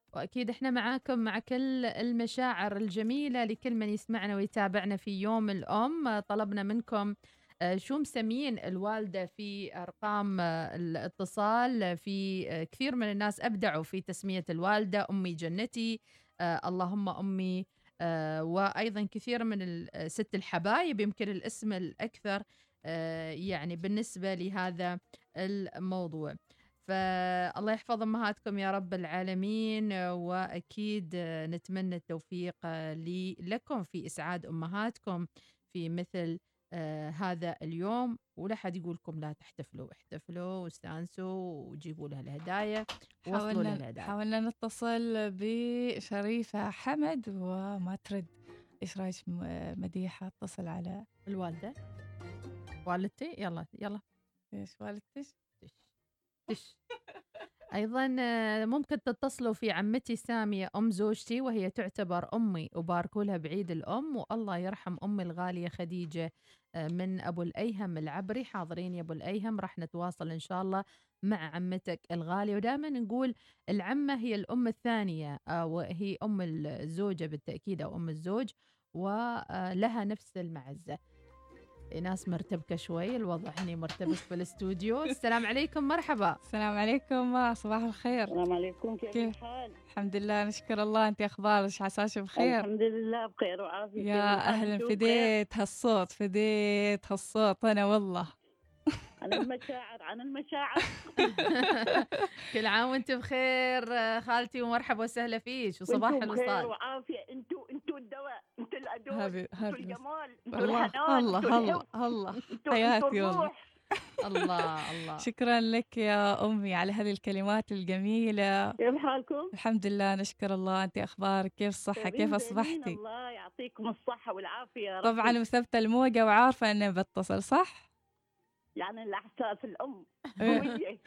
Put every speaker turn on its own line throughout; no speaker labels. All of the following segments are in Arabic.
وأكيد إحنا معاكم مع كل المشاعر الجميلة لكل من يسمعنا ويتابعنا في يوم الأم. طلبنا منكم شو مسمين الوالدة في أرقام الاتصال. في كثير من الناس أبدعوا في تسمية الوالدة أمي جنتي، اللهم أمي، وأيضا كثير من ست الحبايب يمكن الاسم الأكثر يعني بالنسبة لهذا الموضوع. فالله يحفظ أمهاتكم يا رب العالمين، وأكيد نتمنى التوفيق لكم في إسعاد أمهاتكم في مثل هذا اليوم. ولا حد يقولكم لا تحتفلوا، احتفلوا واستانسوا وجيبوا لها الهدايا ووصلوا لها الهدايا.
حاولنا نتصل بشريفة حمد وما ترد. إيش رأيك مديحة اتصل على
الوالدة، والدتي، يلا يلا.
إيش والدتك؟
تش. أيضا ممكن تتصلوا في عمتي سامية أم زوجتي وهي تعتبر أمي، وباركوا لها بعيد الأم، والله يرحم أمي الغالية خديجة من أبو الأيهم العبري. حاضرين يا أبو الأيهم، راح نتواصل إن شاء الله مع عمتك الغالية. ودائما نقول العمة هي الأم الثانية، وهي أم الزوجة بالتأكيد أو أم الزوج، ولها نفس المعزة. ناس مرتبكة شوي، الوضع هني مرتبك في الاستوديو. السلام عليكم، مرحبا.
السلام عليكم، صباح الخير.
السلام عليكم، كيف الحال؟
الحمد لله نشكر الله، أنت أخبارك عساش بخير؟
الحمد لله بخير وعافية.
يا أهلا، فديت هالصوت أنا والله.
عن المشاعر
كل عام وانت بخير خالتي، ومرحبا وسهلا فيك، وصباح
وانتم بخير
الوصال.
وعافية. انتوا الدواء، انتوا الأدوية، انتوا الجمال، انتوا
الله
الحنان،
الله
انتوا
الله
الحب،
الله
انتوا
حياتي والله.
الروح.
الله الله.
شكرا لك يا أمي على هذه الكلمات الجميلة.
كيف حالكم؟
الحمد لله نشكر الله، أنت أخبارك؟ كيف الصحة؟ كيف أصبحتي؟
الله يعطيكم الصحة والعافية يا رب.
طبعا مثبتة الموجة وعارفة أني بتصل صح؟
يعني الإحساس الأم قوية.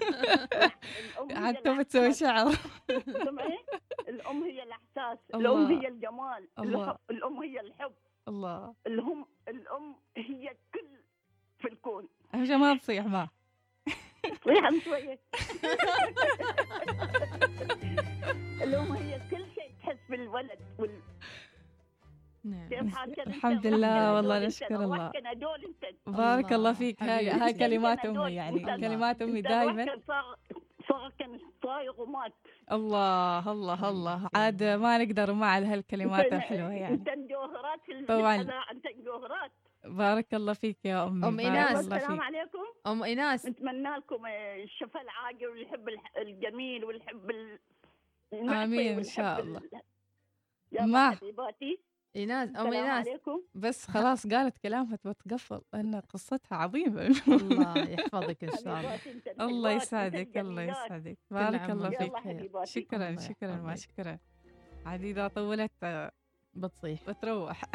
حتى بتسوي شعر.
سمعي؟ الأم هي الإحساس،
الله.
الأم هي الجمال،
الله.
الأم هي الحب،
الله.
الأم هي كل في الكون.
أهم ما تصيح ما
صيحة شوية. الأم هي كل شيء، تحس بالولد كيف حالك؟
الحمد لله والله نشكر الله. بارك الله فيك. هاي كلمات أمي، يعني كلمات أمي دائما.
صار كان صايغ ومات.
الله الله الله، عاد ما نقدر مع هالكلمات الحلوة يعني.
انت جوهرات
طبعا،
انت جوهرات.
بارك الله فيك يا أمي.
أم إيناس،
السلام عليكم.
أم إيناس،
نتمنى لكم الشفاء العاجل والحب الجميل والحب
آمين إن شاء الله.
يا حبيباتي
إيناس، أم
السلام
إيناس
عليكم.
بس خلاص قالت كلامها تبتقفل، أن قصتها عظيمة.
الله يحفظك إن شاء الله.
الله يسعدك، الله يسعدك، بارك الله فيك. شكرا شكرا، ما شكرا. عديدة طولت
بتصيح
بتروح.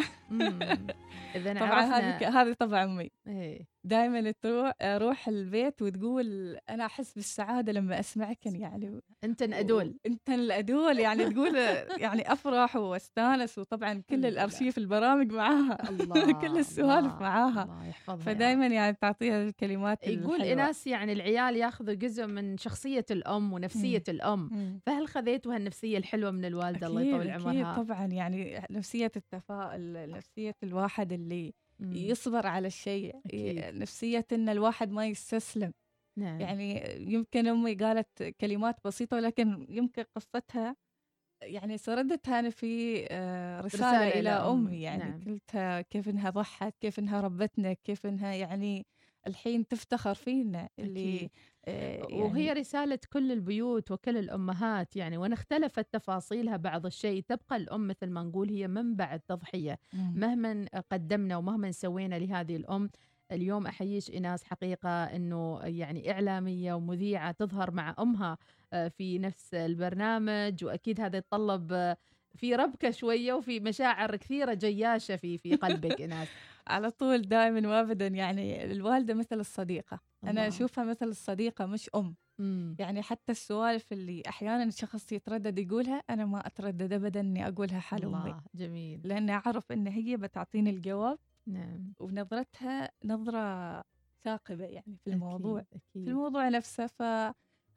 إذا
طبعا
عرفنا
هذه طبعا أمي دائما اروح البيت وتقول انا احس بالسعاده لما اسمعك، يعني
انت الادول
يعني تقول يعني افرح واستانس، وطبعا كل الارشيف البرامج معاها. كل السوالف معاها، فدائما يعني تعطيها الكلمات
يقول
الحلوة.
إناس يعني العيال ياخذوا جزء من شخصيه الام ونفسيه الام. فهل خذيتوا هالنفسيه الحلوه من الوالده الله يطول عمرها؟
أكيد طبعا، يعني نفسيه التفاؤل، نفسيه الواحد اللي يصبر على الشيء، نفسية إن الواحد ما يستسلم.
نعم.
يعني يمكن أمي قالت كلمات بسيطة، ولكن يمكن قصتها يعني سردتها أنا في رسالة إلى أمي. يعني
نعم.
قلتها كيف إنها ضحت، كيف إنها ربتنا، كيف إنها يعني الحين تفتخر فينا اللي
يعني وهي رسالة كل البيوت وكل الأمهات يعني، وإن اختلفت تفاصيلها بعض الشيء تبقى الأم مثل ما نقول هي منبع التضحية. مهما قدمنا ومهما سوينا لهذه الأم. اليوم أحييش إيناس حقيقة أنه يعني إعلامية ومذيعة تظهر مع أمها في نفس البرنامج، وأكيد هذا يتطلب في ربكة شوية وفي مشاعر كثيرة جياشة في قلبك إيناس.
على طول دائما وابدا، يعني الوالدة مثل الصديقة. أنا أشوفها مثل الصديقة مش أم. يعني حتى السوالف اللي أحيانا الشخص يتردد يقولها، أنا ما أتردد أبدا أني أقولها حال أمي.
جميل.
لأني أعرف أن هي بتعطيني الجواب.
نعم.
ونظرتها نظرة ثاقبة يعني في الموضوع.
أكيد.
في الموضوع نفسه.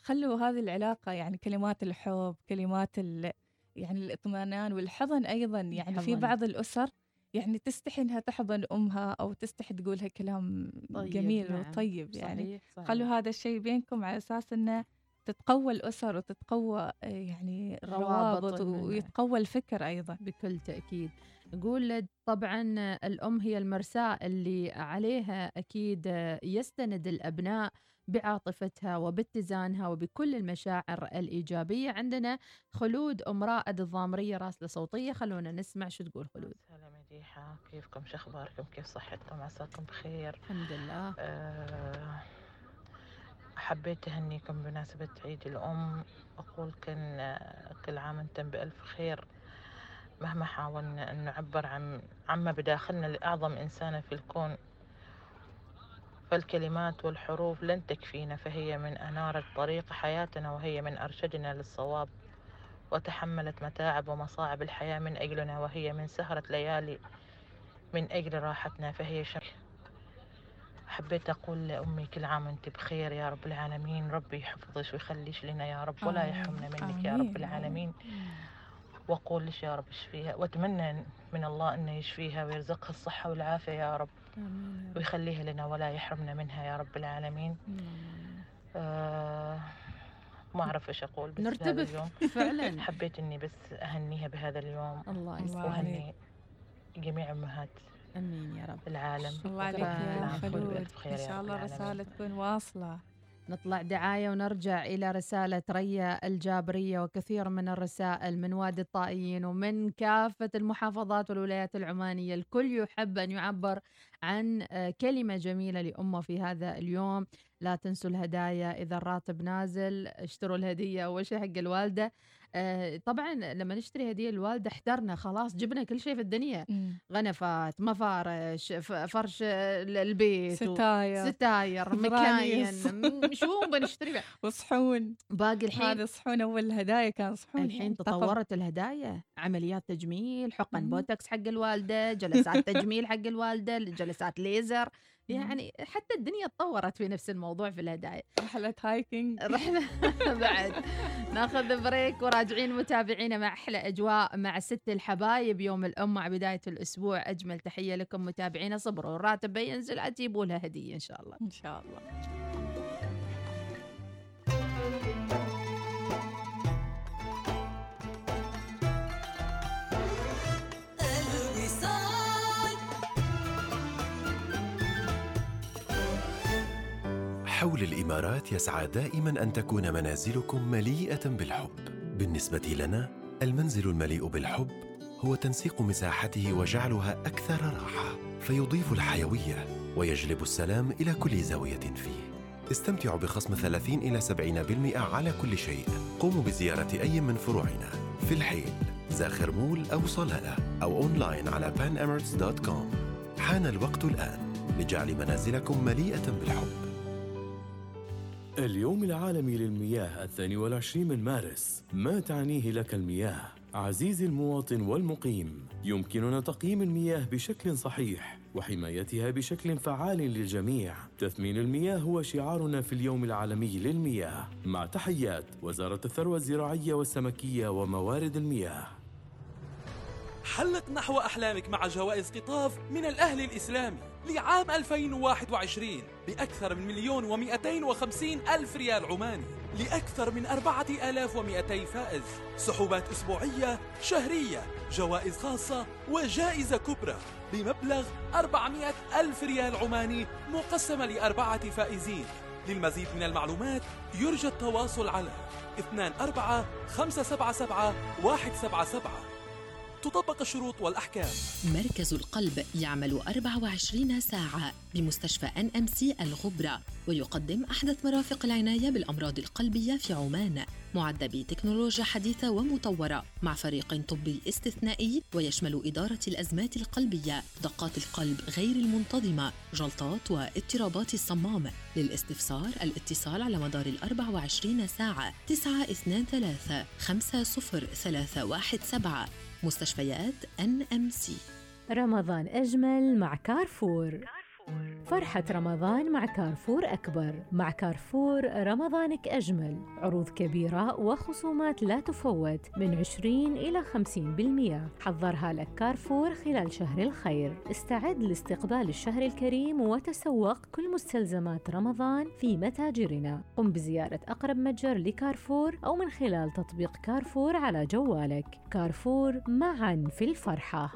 خلوا هذه العلاقة يعني كلمات الحب، كلمات يعني الاطمئنان والحضن أيضا. يعني في بعض الأسر يعني تستحي إنها تحضن أمها أو تستحي تقولها كلام
طيب
جميل
نعم.
وطيب. يعني
صحيح.
خلوا هذا الشيء بينكم على أساس إنه تتقوى الأسر وتتقوى يعني الروابط ويتقوى الفكر أيضا.
بكل تأكيد. نقول طبعا الأم هي المرساة اللي عليها أكيد يستند الأبناء بعاطفتها وباتزانها وبكل المشاعر الإيجابية. عندنا خلود أم رائد الضامرية راسلة صوتية، خلونا نسمع شو تقول خلود.
سلام مديحة، كيفكم؟ شو أخباركم؟ كيف صحتكم؟ عساكم بخير.
الحمد لله.
حبيت أهنيكم بمناسبة عيد الأم، أقول كل عام وأنتم بألف خير. مهما حاولنا أن نعبر عما بداخلنا لأعظم إنسانة في الكون، فالكلمات والحروف لن تكفينا، فهي من أنارت طريق حياتنا وهي من أرشدنا للصواب، وتحملت متاعب ومصاعب الحياة من أجلنا، وهي من سهرة ليالي من أجل راحتنا، فهي حبيت أقول لأمي كل عام وأنت بخير يا رب العالمين، ربي يحفظش ويخليش لنا يا رب، ولا يحرمنا منك يا رب العالمين. وأقول لش يا رب اشفيها، وأتمنى من الله أنه يشفيها ويرزقها الصحة والعافية يا رب، ويخليها لنا ولا يحرمنا منها يا رب العالمين. ما أعرف إيش أقول، بس
نرتبط
اليوم
فعلا
حبيت إني بس أهنيها بهذا اليوم.
الله يسلمك.
وأهني جميع أمهات
امين يا رب.
العالم.
الله عليك يا خلود، ان شاء الله رسالة تكون واصلة.
نطلع دعاية ونرجع إلى رسالة ريا الجابرية وكثير من الرسائل من وادي الطائيين ومن كافة المحافظات والولايات العمانية. الكل يحب أن يعبر عن كلمة جميلة لأمه في هذا اليوم. لا تنسوا الهدايا، إذا الراتب نازل اشتروا الهدية أول شيء حق الوالدة. طبعا لما نشتري هدية الوالدة احترنا خلاص، جبنا كل شيء في الدنيا، غنفات، مفارش، فرش البيت، ستاير، مكاين، شو بنشتري بقى؟
وصحون.
باقي الحين
هذا صحون، أول هدايا كان صحون.
الحين تطورت الهدايا، عمليات تجميل، حقن بوتوكس حق الوالدة، جلسات تجميل حق الوالدة، جلسات ليزر. يعني حتى الدنيا تطورت في نفس الموضوع في الهدايا.
رحلة هايكينج
رحلة بعد. ناخذ بريك وراجعين متابعينا مع أحلى أجواء مع ست الحبايب يوم الأم مع بداية الأسبوع. أجمل تحية لكم متابعينا، صبروا الراتب بينزل أجيبوا لها هدية إن شاء الله.
إن شاء الله.
حول الإمارات يسعى دائماً أن تكون منازلكم مليئة بالحب. بالنسبة لنا، المنزل المليء بالحب هو تنسيق مساحته وجعلها أكثر راحة، فيضيف الحيوية ويجلب السلام إلى كل زاوية فيه. استمتعوا بخصم 30 إلى 70% على كل شيء. قوموا بزيارة أي من فروعنا في الحيل، زاخر مول أو صلالة، أو أونلاين على panemirates.com. حان الوقت الآن لجعل منازلكم مليئة بالحب.
اليوم العالمي للمياه 22 من مارس. ما تعنيه لك المياه؟ عزيزي المواطن والمقيم، يمكننا تقييم المياه بشكل صحيح وحمايتها بشكل فعال للجميع. تثمين المياه هو شعارنا في اليوم العالمي للمياه، مع تحيات وزارة الثروة الزراعية والسمكية وموارد المياه.
حلق نحو أحلامك مع جوائز قطاف من الأهلي الإسلامي لعام 2021 بأكثر من 1,250,000 ريال عماني لأكثر من 4,200 فائز، سحوبات أسبوعية، شهرية، جوائز خاصة وجائزة كبرى بمبلغ 400,000 ريال عماني مقسمة ل4 فائزين. للمزيد من المعلومات يرجى التواصل على 24-577-177. تطبق الشروط والأحكام.
مركز القلب يعمل 24 ساعة بمستشفى NMC الغبرة، ويقدم أحدث مرافق العناية بالأمراض القلبية في عمان، معدة بتكنولوجيا حديثة ومطورة، مع فريق طبي استثنائي ويشمل إدارة الأزمات القلبية، دقات القلب غير المنتظمة، جلطات واضطرابات الصمام. للاستفسار الاتصال على مدار 24 ساعة 923-50-317. مستشفيات NMC.
رمضان أجمل مع كارفور. فرحة رمضان مع كارفور أكبر. مع كارفور رمضانك أجمل، عروض كبيرة وخصومات لا تفوت من 20 إلى 50%. حضرها لك كارفور خلال شهر الخير. استعد لاستقبال الشهر الكريم وتسوق كل مستلزمات رمضان في متاجرنا. قم بزيارة أقرب متجر لكارفور أو من خلال تطبيق كارفور على جوالك. كارفور، معاً في الفرحة.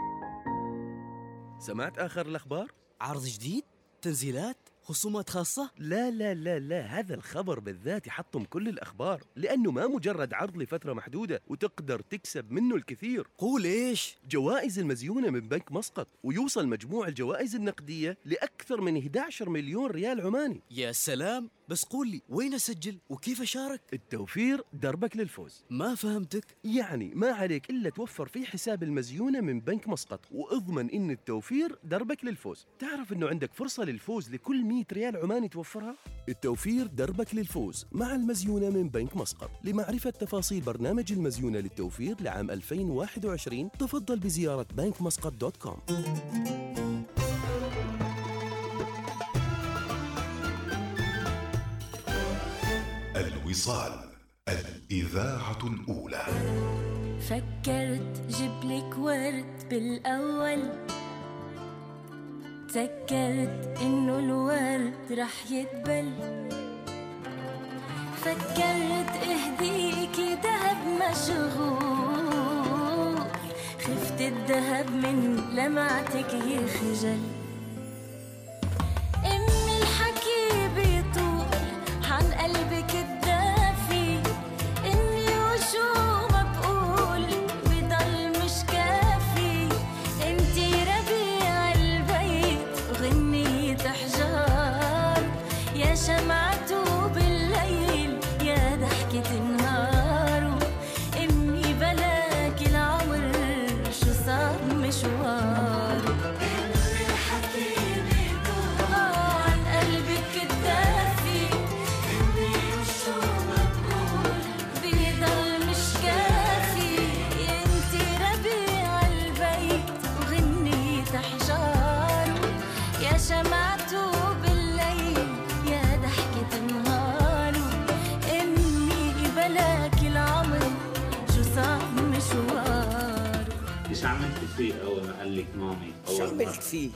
سمعت آخر الأخبار؟
عرض جديد؟ تنزيلات؟ خصومات خاصة؟
لا لا لا لا، هذا الخبر بالذات يحطم كل الأخبار، لأنه ما مجرد عرض لفترة محدودة وتقدر تكسب منه الكثير.
قول إيش؟
جوائز المزيونة من بنك مسقط، ويوصل مجموع الجوائز النقدية لأكثر من 11 مليون ريال عماني.
يا سلام، بس قول لي وين أسجل وكيف أشارك؟
التوفير دربك للفوز.
ما فهمتك.
يعني ما عليك إلا توفر في حساب المزيونة من بنك مسقط، واضمن إن التوفير دربك للفوز. تعرف إنه عندك فرصة للفوز لكل 100 ريال عماني توفرها؟ التوفير دربك للفوز مع المزيونة من بنك مسقط. لمعرفة تفاصيل برنامج المزيونة للتوفير لعام 2021 تفضل بزيارة bankmuscat.com.
الوصال، الإذاعة الأولى.
فكرت جبلك ورد بالأول، تذكرت إنه الورد رح يدبل، فكرت اهديكي دهب مشغول، خفت الدهب من لمعتك يخجل. أمي الحكي بيطول عن قلبك الدافي، إني وشو ما بقول بضل مش كافي. انتي ربيع البيت غنية حجار، يا شمعته بالليل يا ضحكة نهار. أمي بلاك العمر شو صار مشوار. شمعته بالليل يا ضحكة نهار. أمي بلاك العمر شو صار مشوار.
ايش عملت فيه اول ما قال لك مامي؟
شو عملت فيه؟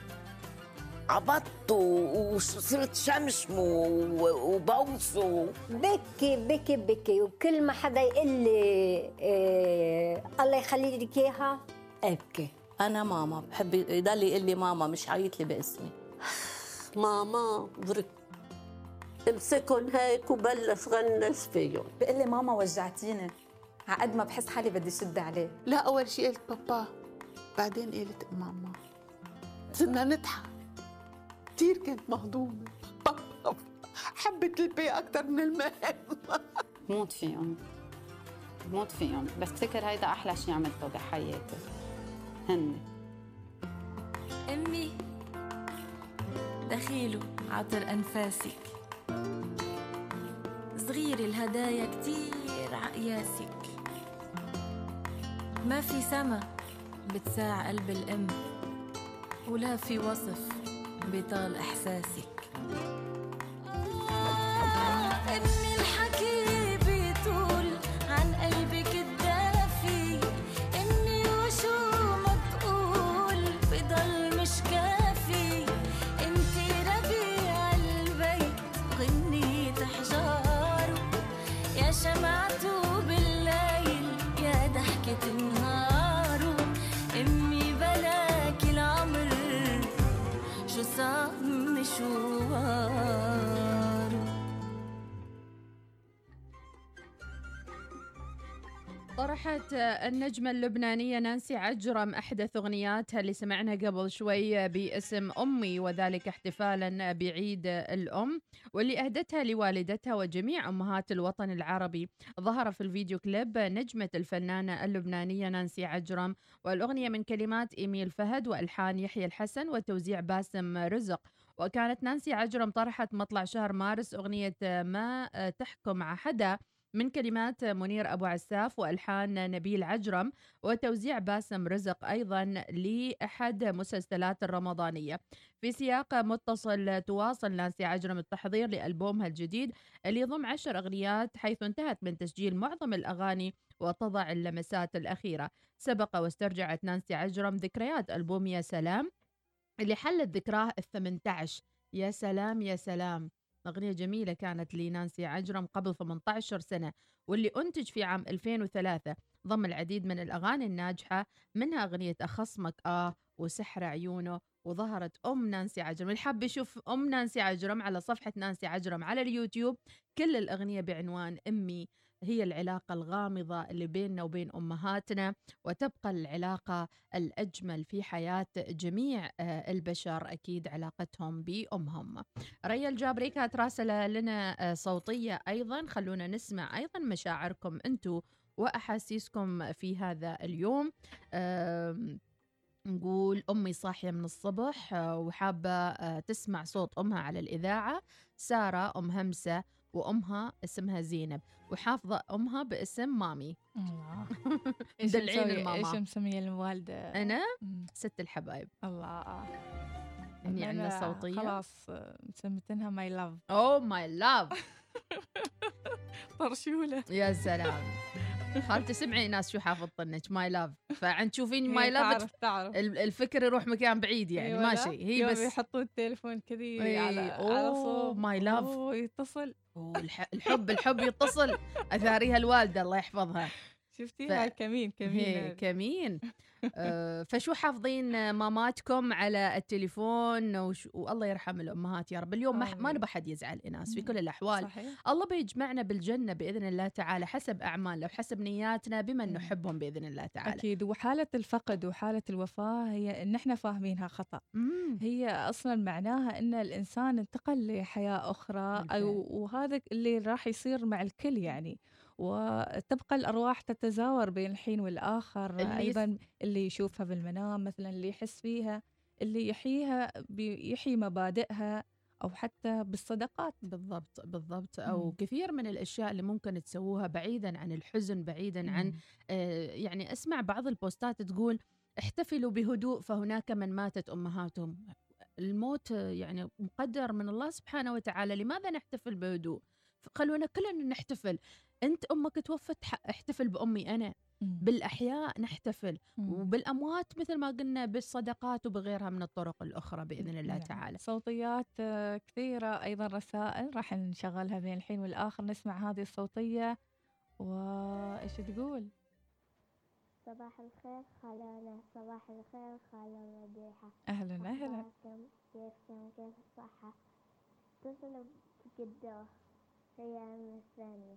عبطت وصرت شمشمه وبوسه.
بكي بكي بكي، وكل ما حدا يقول لي الله يخلي لك اياها ابكي.
أنا ماما بحب يضل يقول لي ماما، مش عيط لي باسمي.
ماما برك امسكن هيك وبلش غنس فيهم.
بقول لي ماما وجعتيني، عقد ما بحس حالي بدي شد عليه.
لا، أول شيء قلت بابا، بعدين قلت ماما. صرنا نضحك كثير، كنت مهضومة. بابا حبت البي أكثر من المهم.
بموت فيهم بموت فيهم، بس بفكر هيدا أحلى شيء عملته بحياتي هن.
أمي دخيله عطر أنفاسك، صغير الهدايا كتير عقياسك، ما في سما بتساع قلب الأم، ولا في وصف بيطال إحساسك. أمي الحكي بيطول عن قلبك الدافي، إني وشو ما تقول بضل مش كافي. انتي ربيع البيت غنية حجاره، يا شمعته بالليل يا ضحكة نهاره. أمي بلاك العمر شو صار مشواره.
طرحت النجمة اللبنانية نانسي عجرم أحدث أغنياتها اللي سمعناها قبل شوي باسم أمي، وذلك احتفالا بعيد الأم، واللي أهدتها لوالدتها وجميع أمهات الوطن العربي. ظهر في الفيديو كليب نجمة الفنانة اللبنانية نانسي عجرم، والأغنية من كلمات إيميل فهد وألحان يحيى الحسن وتوزيع باسم رزق. وكانت نانسي عجرم طرحت مطلع شهر مارس أغنية ما تحكم على حدا من كلمات منير أبو عساف وألحان نبيل عجرم وتوزيع باسم رزق أيضا لأحد مسلسلات الرمضانية. في سياق متصل تواصل نانسي عجرم التحضير لألبومها الجديد اللي يضم 10 أغنيات، حيث انتهت من تسجيل معظم الأغاني وتضع اللمسات الأخيرة. سبق واسترجعت نانسي عجرم ذكريات ألبوم يا سلام اللي حلت ذكراه 18. يا سلام يا سلام، أغنية جميلة كانت لنانسي عجرم قبل 18 سنة، واللي أنتج في عام 2003. ضم العديد من الأغاني الناجحة، منها أغنية أخصمك وسحر عيونه. وظهرت أم نانسي عجرم، اللي حاب يشوف أم نانسي عجرم على صفحة نانسي عجرم على اليوتيوب، كل الأغنية بعنوان أمي. هي العلاقة الغامضة اللي بيننا وبين أمهاتنا، وتبقى العلاقة الأجمل في حياة جميع البشر أكيد علاقتهم بأمهم. ريا الجابري كانت راسلة لنا صوتية أيضا، خلونا نسمع أيضا مشاعركم أنتو وأحاسيسكم في هذا اليوم. نقول أمي صاحية من الصبح وحابة تسمع صوت أمها على الإذاعة. سارة أم همسة، وأمها اسمها زينب، وحافظة أمها باسم مامي.
الله.
دلعين الماما.
إيش مسمية الوالدة؟
أنا ست الحبايب.
الله.
هني عندنا صوتية
خلاص مسمتنها ماي لاف.
أوه ماي لاف.
طرشولة.
يا سلام. خالتي سمعي ناس شو حافظتنك ماي لاف، فعن تشوفين ماي لاف
تعرف
الفكر يروح مكان بعيد يعني ماشي. هي بس
يحطوا التليفون كذي على صوت
ماي لاف
يتصل.
الحب يتصل. أثاريها الوالدة الله يحفظها.
شفتيها كمين
كمين. فشو حافظين ماماتكم على التليفون والله يرحم الأمهات يا رب. اليوم ما نبى حد يزعل إناس في كل الأحوال.
صحيح.
الله بيجمعنا بالجنة بإذن الله تعالى حسب أعمالنا وحسب نياتنا بمن نحبهم بإذن الله تعالى.
أكيد. وحالة الفقد وحالة الوفاة هي إن إحنا فاهمينها خطأ. هي أصلا معناها إن الإنسان انتقل لحياة أخرى وهذا اللي راح يصير مع الكل يعني. وتبقى الأرواح تتزاور بين الحين والآخر. أيضا اللي يشوفها بالمنام مثلا، اللي يحس فيها، اللي يحييها يحيي مبادئها، أو حتى بالصدقات.
بالضبط. أو كثير من الأشياء اللي ممكن تسووها بعيدا عن الحزن، بعيدا عن يعني أسمع بعض البوستات تقول احتفلوا بهدوء فهناك من ماتت أمهاتهم. الموت يعني مقدر من الله سبحانه وتعالى، لماذا نحتفل بهدوء؟ خلونا كلنا نحتفل. أنت أمك توفت، احتفل بأمي أنا. بالأحياء نحتفل، وبالأموات مثل ما قلنا بالصدقات وبغيرها من الطرق الأخرى بإذن الله تعالى.
صوتيات كثيرة، أيضا رسائل راح نشغلها بين الحين والآخر. نسمع هذه الصوتية وإيش تقول.
صباح الخير خالونا. صباح الخير خالة مديحة.
أهلا.
كيفكم؟ كيف الصحة؟ اتصلوا بجدة هي أم الثانية.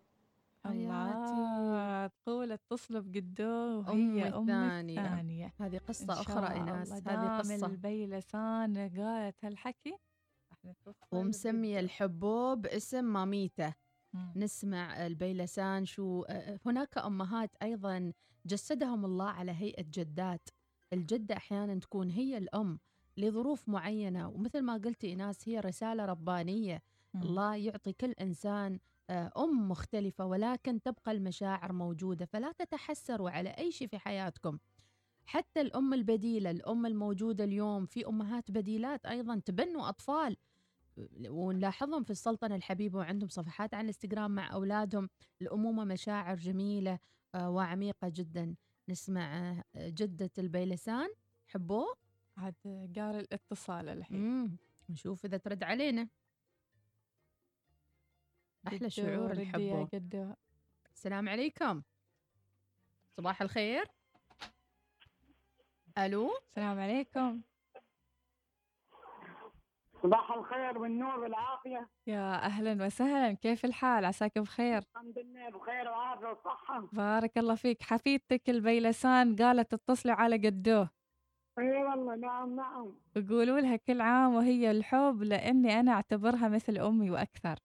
الله. تقول اتصلوا بجدو وهي أم الثانية.
هذه قصة أخرى إناس. هذه قصة
البيلسان قالت هالحكي
ومسمية الحبوب اسم ماميته. نسمع البيلسان شو. هناك أمهات أيضا جسدهم الله على هيئة جدات. الجدة أحيانا تكون هي الأم لظروف معينة، ومثل ما قلتي إناس هي رسالة ربانية. الله يعطي كل إنسان أم مختلفة، ولكن تبقى المشاعر موجودة. فلا تتحسروا على أي شيء في حياتكم. حتى الأم البديلة، الأم الموجودة اليوم، في أمهات بديلات أيضا تبنوا أطفال ونلاحظهم في السلطنة الحبيبة وعندهم صفحات على الانستغرام مع أولادهم. الأمومة مشاعر جميلة وعميقة جدا. نسمع جدة البيلسان حبوه.
عاد قال الاتصال الحين.
نشوف إذا ترد علينا. أحلى شعور الحبوه. السلام عليكم. صباح الخير. ألو.
السلام عليكم.
صباح الخير والنور والعافية.
يا أهلا وسهلا، كيف الحال؟ عساك بخير؟
الحمد لله بخير وعافية وصحة.
بارك الله فيك. حفيدتك البيلسان قالت تتصلوا على جدوه.
اي والله. نعم.
يقولوا لها كل عام وهي الحب، لأني أنا أعتبرها مثل أمي وأكثر.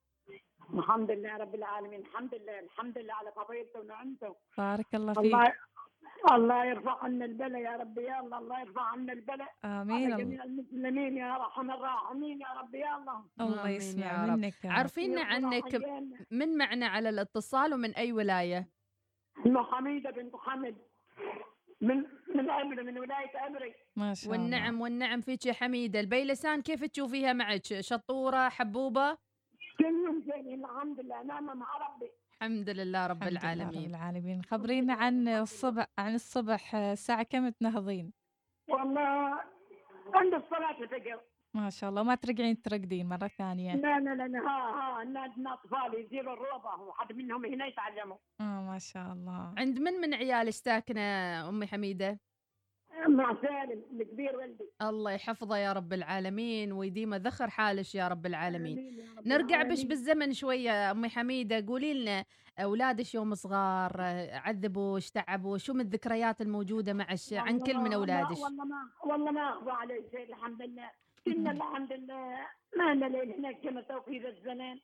الحمد لله رب العالمين. الحمد لله على فضيلته ونعمته.
بارك الله فيك.
الله يرفع عنا البلاء يا رب يا الله يرفع عنا البلاء
آمين.
على جميع المسلمين يا ارحم الراحمين يا رب يا الله.
الله يسمع منك يا رب.
عرفينا عنك من معنا على الاتصال ومن أي ولاية؟
حميدة بنت حمد من أمري، من ولاية أمري.
ما شاء الله.
والنعم والنعم فيك يا حميدة. البيلسان كيف تشوفيها معك؟ شطورة حبوبة؟
كلهم زين الحمد لله، نعمة مع ربي.
الحمد لله رب العالمين.
رب العالمين. خبرينا عن الصبح الساعة كم تنهضين؟
والله عند الصلاة الفجر.
ما شاء الله. ما ترقدين مرة ثانية؟
لا عندنا أطفال يزيلوا الروضة وحد منهم هنا يتعلموا.
ما شاء الله.
عند من عيالك ساكنة أمي حميدة؟
مع سالم الكبير ولدي.
الله يحفظه يا رب العالمين ويديمه ذخر حالش يا رب العالمين. نرجع بش بالزمن شوية أمي حميدة، قولي لنا أولادش يوم صغار عذبوا تعبوا، شو من الذكريات الموجودة معش عن كل من أولادش؟
والله ما أخفى علي شيء الحمد لله. كنا الحمد لله ما لنا ليل هناك كما توفيق الزمان.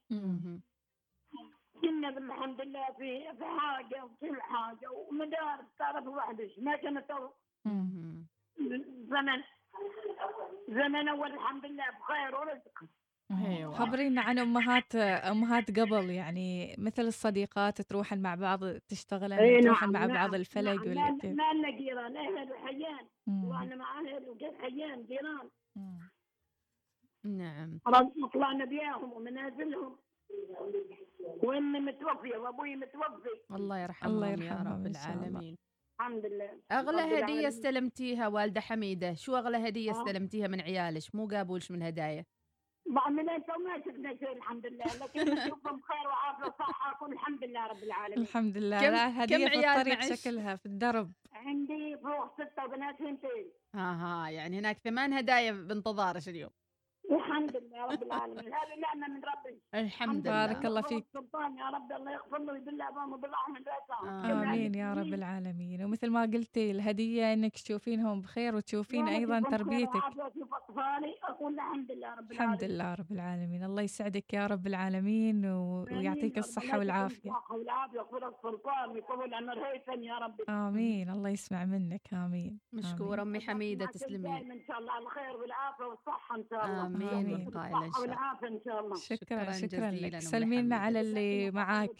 كنا الحمد لله في حاجة وكل حاجة ومدارس تعرف وحدش ما كانت زمن أول الحمد لله بخير ورزق.
خبرينا عن أمهات قبل، يعني مثل الصديقات تروحن مع بعض تشتغلن، تروحن مع بعض الفلق ولا كيف؟
ما لنا جيران، أهل وحيان، وأنا مع أهل وحيان جيران.
نعم.
طلعنا بياهم ومنازلهم، وأمي متوفية وأبوي متوفي.
الله يرحمهم يا رب العالمين.
الحمد لله.
أغلى هدية استلمتيها والدة حميدة، شو أغلى هدية استلمتيها من عيالش؟ مو قابولش من هدايا.
بعمل انت وما شفنا شيء الحمد لله، لكن نشوفهم خير وعافيه وصحه كل الحمد لله رب العالمين.
الحمد لله. لا هدية في الطريق شكلها في الدرب.
عندي فوق 6 وبنات 2.
يعني هناك 8 هدايا بانتظارش اليوم.
الحمد لله رب العالمين، هذه نعمة من ربي.
الحمد لله.
بارك الله فيك.
السلطان يا رب الله يغفر له ويدل أبامه بالرحمة
آمين يا رب العالمين. ومثل ما قلتي الهدية إنك تشوفينهم بخير وتشوفين أيضا تربيتك.
أشوف أطفالي أقول الحمد لله رب العالمين.
الحمد لله رب العالمين. الله يسعدك يا رب العالمين ويعطيك الصحة والعافية.
الصحة والعافية ويغفر السلطان ويطول عمر هيثم يا رب.
آمين. الله يسمع منك. آمين.
مشكورة أمي حميدة، تسلمي.
إن شاء الله على الخير والعافية والصحة إن شاء الله.
آمين. قائلة إن شاء الله.
والعافية إن شاء الله.
شكرا لك. سلمينا على اللي معاك.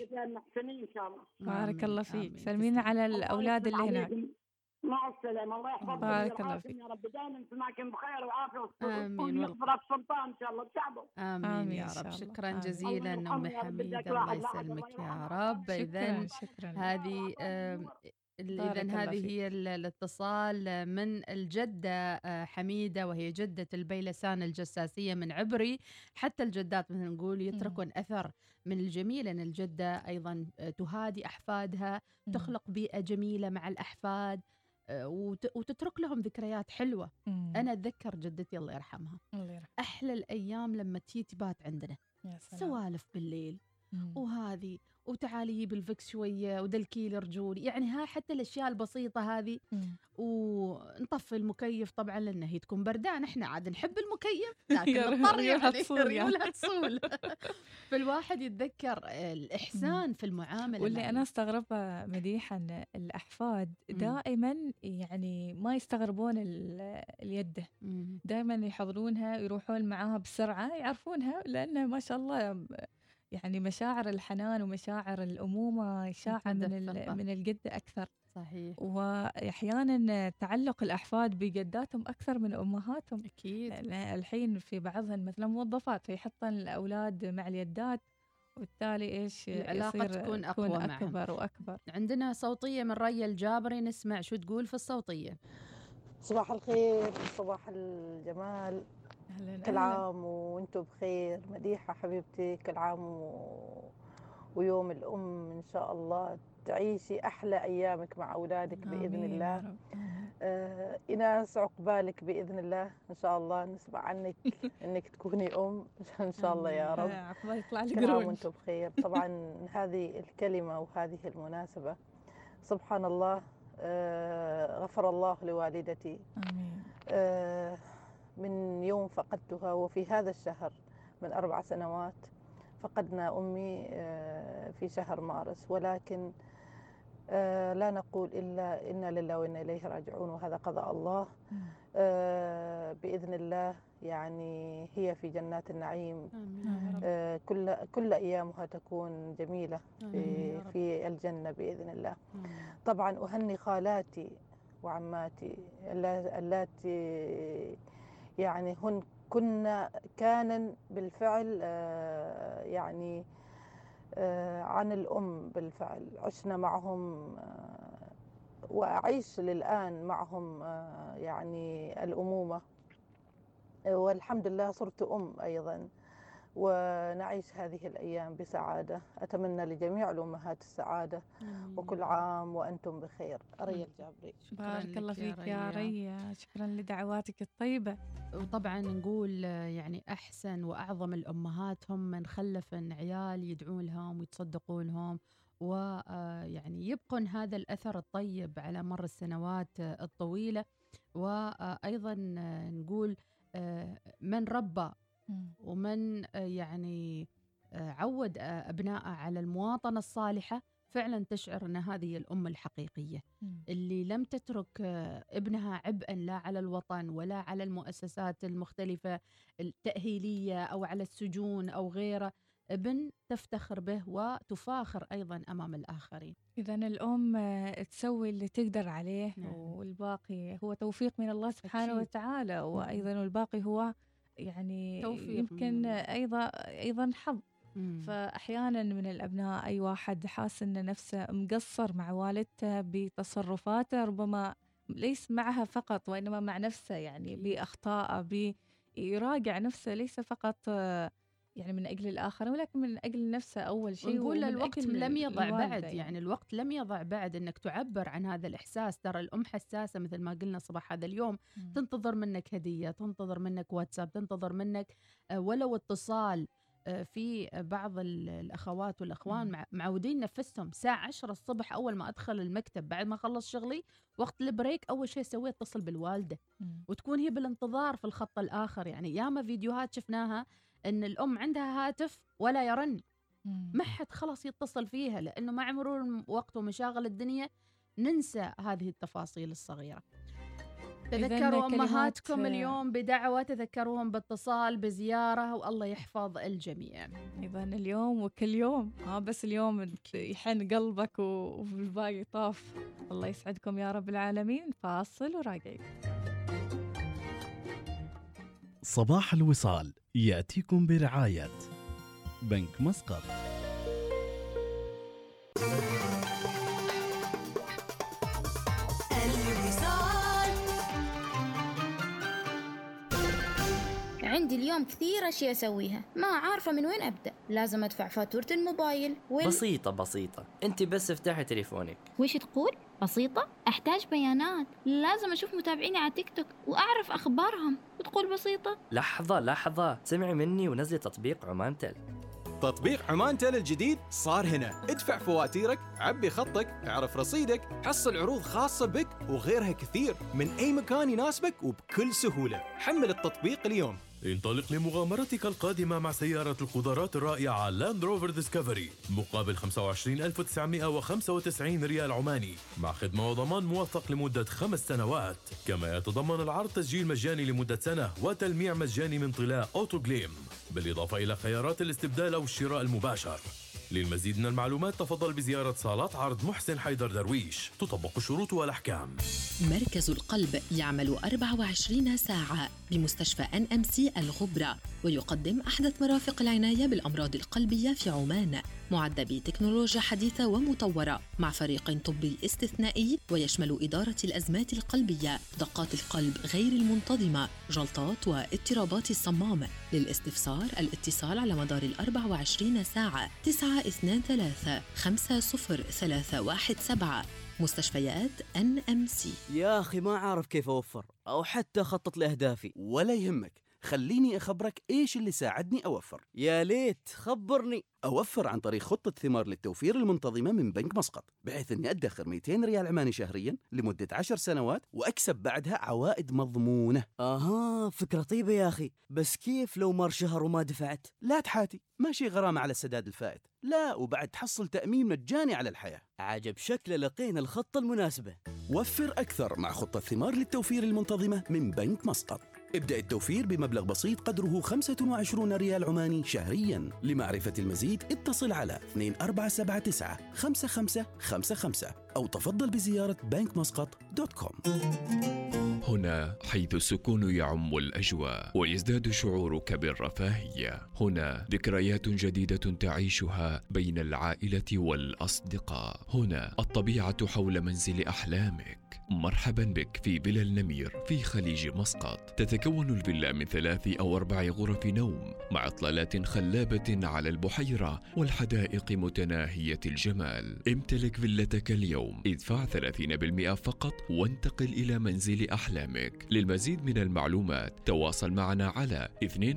بارك الله فيك. سلمينا على الأولاد اللي هناك.
مع السلامة. الله يحفظك.
بارك الله فيك
يا رب دائما نسمعكم بخير وعافية
آمين.
ويغفر السلطان إن شاء الله وشعبه.
آمين يا رب. شكرا جزيلا أم حميدة، الله يسلمك يا رب. إذن هذه هذه هي الاتصال من الجدة حميدة، وهي جدة البيلسان الجساسية من عبري. حتى الجدات مثل نقول يتركون أثر. من الجميل أن الجدة أيضا تهادي أحفادها، تخلق بيئة جميلة مع الأحفاد، وتترك لهم ذكريات حلوة. أنا أتذكر جدتي الله يرحمها، أحلى الأيام لما تبات عندنا، سوالف بالليل وهذه وتعالي بالفكس شوية ودلكي لرجولي، يعني ها حتى الأشياء البسيطة هذه. ونطفي المكيف طبعا لأنه هي تكون بردان، احنا عاد نحب المكيف لكن نضطر ريولها تصول. فالواحد يتذكر الإحسان في المعاملة.
واللي أنا استغربها مديحة الأحفاد دائما يعني ما يستغربون اليد، دائما يحضرونها يروحون معاها بسرعة، يعرفونها لأنها ما شاء الله يعني مشاعر الحنان ومشاعر الأمومة شاعة من الجدة أكثر.
صحيح.
وأحيانا تعلق الأحفاد بجداتهم أكثر من أمهاتهم.
أكيد.
الحين في بعضهن مثلا موظفات فيحطن الأولاد مع اليدات، وبالتالي إيش
العلاقة تكون
أكبر وأكبر.
عندنا صوتية من ريا الجابري، نسمع شو تقول في الصوتية.
صباح الخير، صباح الجمال، كل عام وانتم بخير. مديحة حبيبتي، كل عام ويوم الأم إن شاء الله تعيشي أحلى أيامك مع أولادك بإذن الله. إناس عقبالك بإذن الله، إن شاء الله نسمع عنك إنك تكوني أم إن شاء الله يا رب.
عقبال يطلع لك
كل عام وانتم بخير. طبعا هذه الكلمة وهذه المناسبة سبحان الله، غفر الله لوالدتي.
آمين.
من يوم فقدتها، وفي هذا الشهر من 4 سنوات، فقدنا أمي في شهر مارس، ولكن لا نقول إلا إنا لله وإنا إليه راجعون، وهذا قضاء الله. بإذن الله يعني هي في جنات النعيم. كل أيامها تكون جميلة في الجنة بإذن الله. طبعا أهني خالاتي وعماتي اللاتي يعني هن كان بالفعل يعني عن الأم بالفعل، عشنا معهم وأعيش للآن معهم يعني الأمومة، والحمد لله صرت أم أيضا، ونعيش هذه الأيام بسعادة. أتمنى لجميع الأمهات السعادة، وكل عام وأنتم بخير. ريا الجابري.
بارك الله فيك يا ريا، شكرا لدعواتك الطيبة.
وطبعا نقول يعني أحسن وأعظم الأمهات هم من خلفن عيال يدعون لهم ويتصدقون لهم، ويعني يبقون هذا الأثر الطيب على مر السنوات الطويلة. وأيضا نقول من ربى ومن يعني عود أبنائه على المواطنة الصالحة فعلا تشعر أن هذه الأم الحقيقية اللي لم تترك ابنها عبئا لا على الوطن ولا على المؤسسات المختلفة التأهيلية أو على السجون أو غيره. ابن تفتخر به وتفاخر أيضا أمام الآخرين.
إذن الأم تسوي اللي تقدر عليه، والباقي هو توفيق من الله سبحانه وتعالى، وأيضا الباقي هو يعني يمكن أيضا حظ. فأحيانا من الأبناء أي واحد حاس أن نفسه مقصر مع والدته بتصرفاته، ربما ليس معها فقط وإنما مع نفسه، يعني بأخطاءه، بيراجع نفسه ليس فقط يعني من أجل الآخر ولكن من أجل نفسه أول شيء.
ونقول الوقت لم يضع بعد، يعني الوقت لم يضع بعد أنك تعبر عن هذا الإحساس. ترى الأم حساسة مثل ما قلنا صباح هذا اليوم. تنتظر منك هدية، تنتظر منك واتساب، تنتظر منك ولو اتصال. في بعض الأخوات والأخوان معودين نفسهم الساعة 10 الصبح أول ما أدخل المكتب بعد ما أخلص شغلي وقت البريك أول شيء أسويه اتصل بالوالدة، وتكون هي بالانتظار في الخط الآخر. يعني ياما فيديوهات شفناها أن الأم عندها هاتف ولا يرن، ما حد خلاص يتصل فيها، لأنه مع مرور الوقت ومشاغل الدنيا ننسى هذه التفاصيل الصغيرة. تذكروا أمهاتكم اليوم بدعوة، تذكروهم باتصال بزيارة، والله يحفظ الجميع.
أيضا اليوم وكل يوم، بس اليوم يحن قلبك والباقي طاف. الله يسعدكم يا رب العالمين. فاصل وراجعين.
صباح الوصال يأتيكم برعاية بنك مسقط.
عندي اليوم كثير أشياء أسويها، ما عارفة من وين أبدأ. لازم أدفع فاتورة الموبايل
بسيطة أنت بس افتحي تليفونك.
وش تقول؟ بسيطة؟ أحتاج بيانات، لازم أشوف متابعيني على تيك توك وأعرف أخبارهم، وتقول بسيطة؟
لحظة سمعي مني ونزلي تطبيق عمان تل.
تطبيق عمان تل الجديد صار هنا. ادفع فواتيرك، عبي خطك، اعرف رصيدك، حصل عروض خاصة بك وغيرها كثير من أي مكان يناسبك وبكل سهولة. حمل التطبيق اليوم.
انطلق لمغامرتك القادمة مع سيارة القدرات الرائعة لاند روفر ديسكفري مقابل 25,995 ريال عماني مع خدمة وضمان موثق لمدة 5 سنوات. كما يتضمن العرض تسجيل مجاني لمدة سنة وتلميع مجاني من طلاء أوتو جليم، بالإضافة إلى خيارات الاستبدال أو الشراء المباشر. للمزيد من المعلومات تفضل بزيارة صالات عرض محسن حيدر درويش، تطبق الشروط والأحكام.
مركز القلب يعمل 24 ساعة بمستشفى NMC الغبرة، ويقدم أحدث مرافق العناية بالأمراض القلبية في عمان، معدة بتكنولوجيا حديثة ومطورة مع فريق طبي استثنائي، ويشمل إدارة الأزمات القلبية، دقات القلب غير المنتظمة، جلطات واضطرابات الصمام. للاستفسار الاتصال على مدار 24 ساعة 923-50-317. مستشفيات NMC.
يا أخي ما أعرف كيف أوفر أو حتى أخطط لأهدافي.
ولا يهمك،
خليني أخبرك إيش اللي ساعدني أوفر.
يا ليت خبرني.
أوفر عن طريق خطة ثمار للتوفير المنتظمة من بنك مسقط، بحيث أني أدخر 200 ريال عماني شهريا لمدة 10 سنوات وأكسب بعدها عوائد مضمونة.
فكرة طيبة يا أخي، بس كيف لو مر شهر وما دفعت؟
لا تحاتي، ماشي غرامة على السداد الفائت، لا وبعد تحصل تأمين مجاني على الحياة.
عجب، شكله لقينا الخطة المناسبة.
وفر أكثر مع خطة ثمار للتوفير المنتظمة من بنك مسقط. ابدأ التوفير بمبلغ بسيط قدره 25 ريال عماني شهرياً. لمعرفة المزيد اتصل على 2479 5555 أو تفضل بزيارة bankmuscat.com.
هنا حيث السكون يعم الأجواء ويزداد شعورك بالرفاهية. هنا ذكريات جديدة تعيشها بين العائلة والأصدقاء. هنا الطبيعة حول منزل أحلامك. مرحبا بك في فيلا النمير في خليج مسقط. تتكون الفيلا من 3 أو 4 غرف نوم مع إطلالات خلابة على البحيرة والحدائق متناهية الجمال. امتلك فيلتك اليوم، ادفع 30% فقط وانتقل إلى منزل أحلامك. للمزيد من المعلومات تواصل معنا على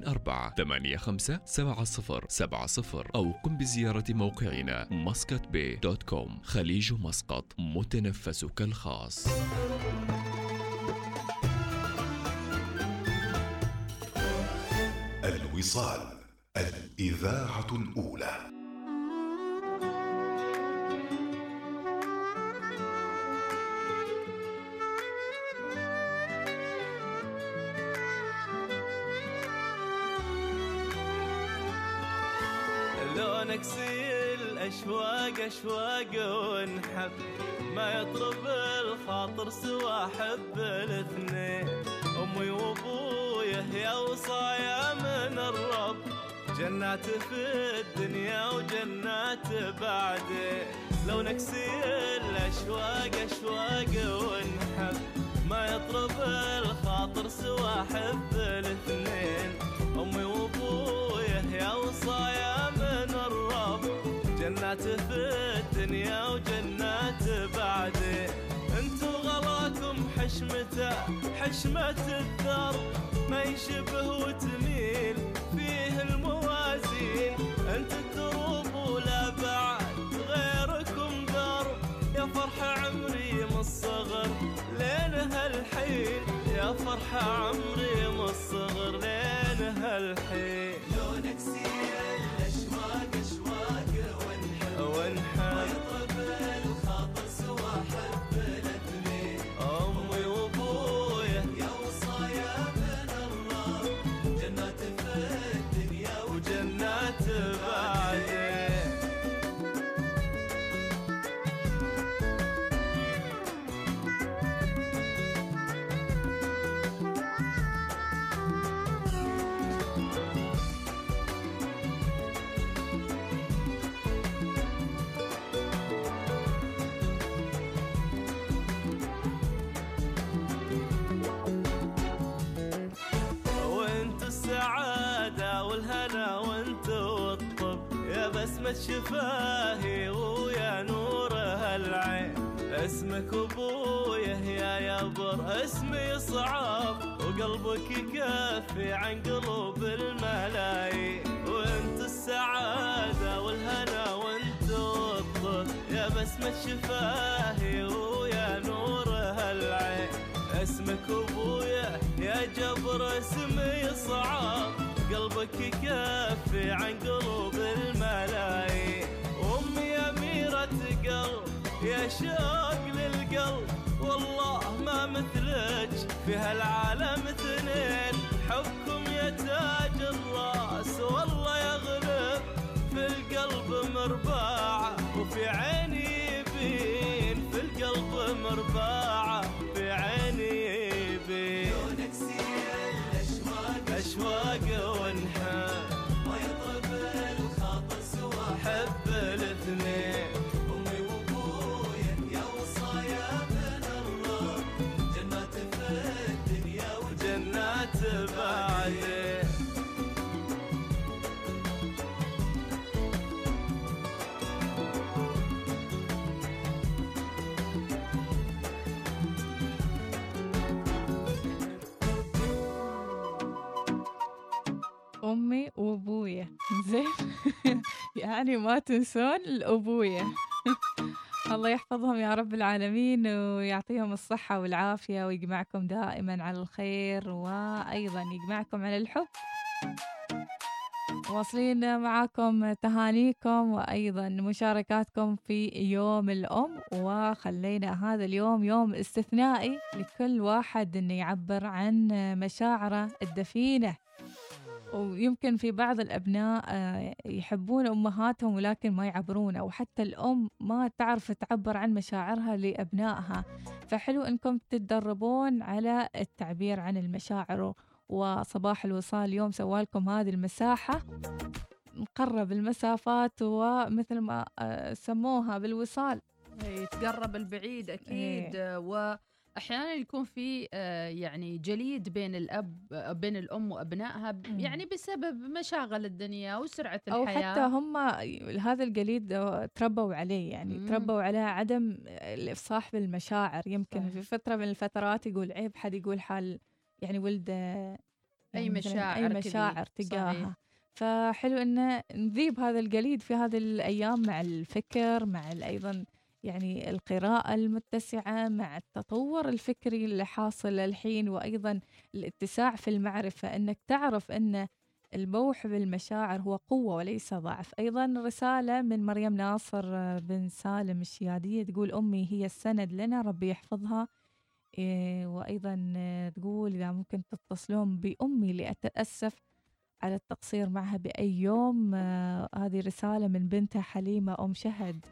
24857070 أو قم بزيارة موقعنا muscatbay.com. خليج مسقط، متنفسك الخاص.
الوصال، الإذاعة الأولى.
لونك سيل أشواق أشواق ونحب، ما يطرب الخاطر سوى حب الاثنين. أمي وأبويا يا وصايا من الرب، جنات في الدنيا وجنات بعدين. لونك سيل أشواق أشواق ونحب، ما يطرب الخاطر سوى حب الاثنين. أمي وأبويا يا وصايا من الرب، جنات في الدنيا وجنات بعدين. انتو غلاكم حشمة الثر، ما يشبه وتميل فيه الموازين. انت الدروب ولا بعد غيركم درب، يا فرحة عمري من الصغر لين هالحين، يا فرحة عمري من الصغر لين هالحين. لونك سيل أشواق أشواق ونحب، ما يطرب الخاطر سوى حب الاثنين. أمي وأبويا يا وصايا من الرب، جنات في الدنيا وجنات بعدين. السعادة والهنا وانت والطب، يا بسمة شفاهي ويا نور هالعين. اسمك ابويا يا يابر، اسمي صعب وقلبك يكفي عن قلوب الملايين. وانت السعادة والهنا وانت والطب، يا بسمة شفاهي ويا نور هالعين. اسمك ابويا يا جبر، اسمي صعب قلبك يكفي عن قلوب الملايين. امي اميرة قلب يا شوق للقلب، والله ما مثلك في هالعالم اثنين. حبكم يا تاج الراس والله يغلب، في القلب مرباعة وفي عيني يبين، في القلب مرباعة في عيني يبين. لونك سيل أشواق ونحب، ما يطرب الخاطر سوى حب الاثنين. أمي وأبويا يا وصايا من الرب، جنات في الدنيا وجنات بعدين.
أمي وأبويا. زين. يعني ما تنسون الأبوية. الله يحفظهم يا رب العالمين ويعطيهم الصحة والعافية ويجمعكم دائما على الخير وأيضا يجمعكم على الحب. واصلين معاكم تهانيكم وأيضا مشاركاتكم في يوم الأم، وخلينا هذا اليوم يوم استثنائي لكل واحد إنه يعبر عن مشاعره الدفينة. ويمكن في بعض الأبناء يحبون أمهاتهم ولكن ما يعبرون، أو حتى الأم ما تعرف تعبر عن مشاعرها لأبنائها، فحلو إنكم تتدربون على التعبير عن المشاعر. وصباح الوصال اليوم سوالكم هذه المساحة، نقرب المسافات ومثل ما سموها بالوصال
يتقرب البعيد أكيد. وأحيانا يكون في يعني جليد بين الأم وأبنائها، يعني بسبب مشاغل الدنيا وسرعة الحياة،
أو حتى هم هذا الجليد تربوا عليه، يعني تربوا على عدم الإفصاح بالمشاعر. يمكن في فترة من الفترات يقول عيب حد يقول حال يعني ولده يعني أي مشاعر تجاهها. فحلو إن نذيب هذا الجليد في هذه الأيام مع الفكر، مع أيضا يعني القراءة المتسعة، مع التطور الفكري اللي حاصل الحين، وأيضا الاتساع في المعرفة، إنك تعرف إن البوح بالمشاعر هو قوة وليس ضعف. أيضا رسالة من مريم ناصر بن سالم الشيادية تقول أمي هي السند لنا، ربي يحفظها. وأيضا تقول إذا ممكن تتصلون بأمي لأتأسف على التقصير معها بأي يوم. هذه رسالة من بنتها حليمة أم شهد.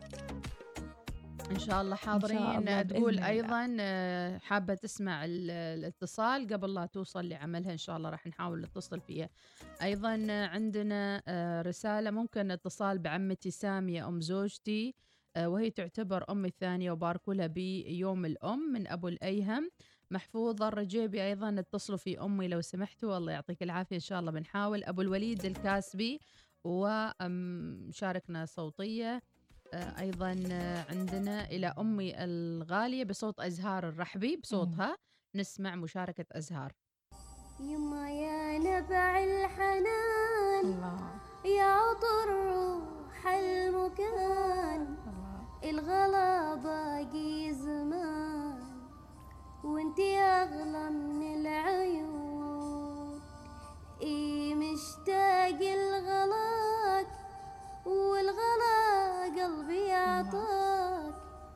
إن شاء الله حاضرين. تقول أيضا حابة تسمع الاتصال قبل لا توصل لعملها، إن شاء الله راح نحاول نتصل فيها. أيضا عندنا رسالة ممكن اتصال بعمتي سامية أم زوجتي، وهي تعتبر أمي الثانية، وباركوا لها بيوم الأم، من أبو الأيهم محفوظة الرجيبي. أيضا اتصلوا في أمي لو سمحتوا، الله يعطيك العافية. إن شاء الله بنحاول. أبو الوليد الكاسبي ومشاركنا صوتية. أيضا عندنا إلى أمي الغالية بصوت أزهار الرحبي، بصوتها نسمع مشاركة أزهار.
يما يا نبع الحنان يا عطر روح المكان، الغلا باقي زمان وانتي أغلى من العيون، مشتاق الغلاك والغلا قلبي عطاك،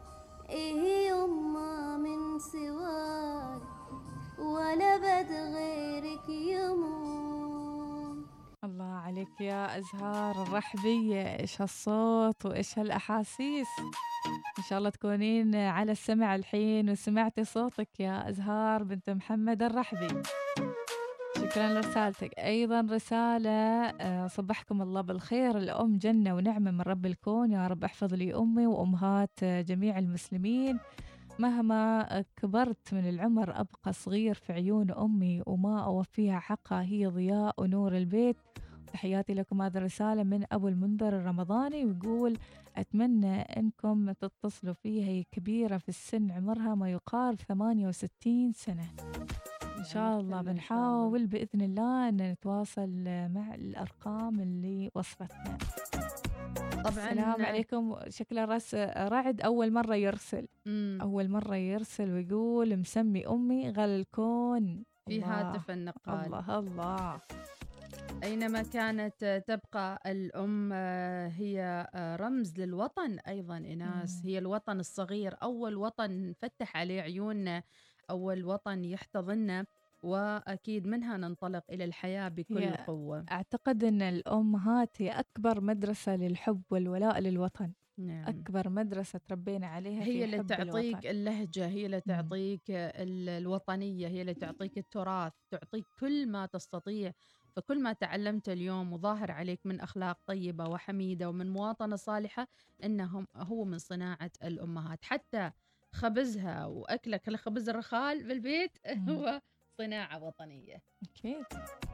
يما من سواك ولا بد غيرك يمون.
الله عليك يا أزهار الرحبية، إيش هالصوت وإيش هالأحاسيس. إن شاء الله تكونين على السمع الحين وسمعتي صوتك يا أزهار بنت محمد الرحبي. شكرا لرسالتك. أيضا رسالة صبحكم الله بالخير، الأم جنة ونعمة من رب الكون، يا رب احفظ لي أمي وأمهات جميع المسلمين، مهما كبرت من العمر أبقى صغير في عيون أمي وما أوفيها حقها، هي ضياء ونور البيت. تحياتي لكم. هذا الرسالة من أبو المنذر الرمضاني، ويقول أتمنى أنكم تتصلوا فيها، هي كبيرة في السن، عمرها ما يقارب 68 سنة. إن شاء الله بنحاول بإذن الله أن نتواصل مع الأرقام اللي وصلتنا. طبعا السلام عليكم. شكله رعد أول مرة يرسل. أول مرة يرسل ويقول مسمي أمي غل الكون
في هاتف النقال.
الله الله.
أينما كانت تبقى الأم هي رمز للوطن. أيضا إناس هي الوطن الصغير، أول وطن نفتح عليه عيوننا، أول وطن يحتضننا، وأكيد منها ننطلق إلى الحياة بكل قوة.
أعتقد أن الأمهات هي أكبر مدرسة للحب والولاء للوطن.
نعم.
أكبر مدرسة تربينا عليها،
هي اللي تعطيك
الوطن.
اللهجة، هي اللي تعطيك الوطنية، هي اللي تعطيك التراث، تعطيك كل ما تستطيع. فكل ما تعلمت اليوم وظاهر عليك من أخلاق طيبة وحميدة ومن مواطنة صالحة، إنهم هو من صناعة الأمهات. حتى خبزها وأكلك الخبز الرخال بالبيت هو صناعة وطنية.
أكيد.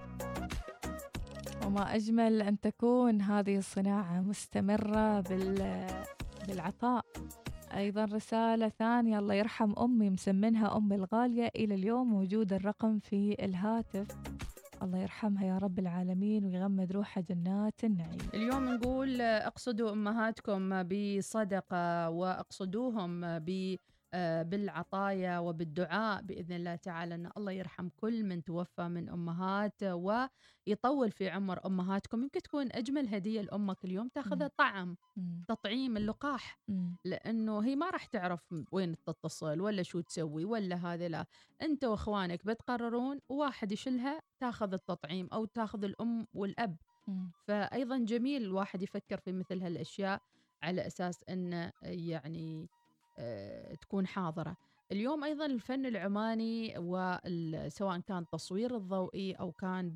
وما أجمل أن تكون هذه الصناعة مستمرة بالعطاء. أيضا رسالة ثانية، الله يرحم أمي مسمنها أمي الغالية، إلى اليوم موجود الرقم في الهاتف. الله يرحمها يا رب العالمين ويغمد روحها جنات النعيم.
اليوم نقول اقصدوا أمهاتكم بصدقة، واقصدوهم بالعطايا وبالدعاء بإذن الله تعالى أن الله يرحم كل من توفى من أمهات ويطول في عمر أمهاتكم. يمكن تكون أجمل هدية لأمك اليوم تاخذها طعم، تطعيم، اللقاح، لأنه هي ما راح تعرف وين تتصل ولا شو تسوي ولا هذا. لا، أنت وإخوانك بتقررون وواحد يشلها تاخذ التطعيم أو تاخذ الأم والأب. فأيضا جميل الواحد يفكر في مثل هالأشياء على أساس أنه يعني تكون حاضرة. اليوم أيضا الفن العماني سواء كان تصوير الضوئي أو كان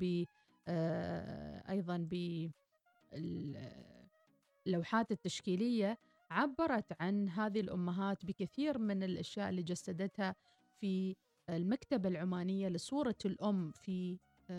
أيضا باللوحات التشكيلية عبرت عن هذه الأمهات بكثير من الأشياء اللي جسدتها في المكتبة العمانية لصورة الأم في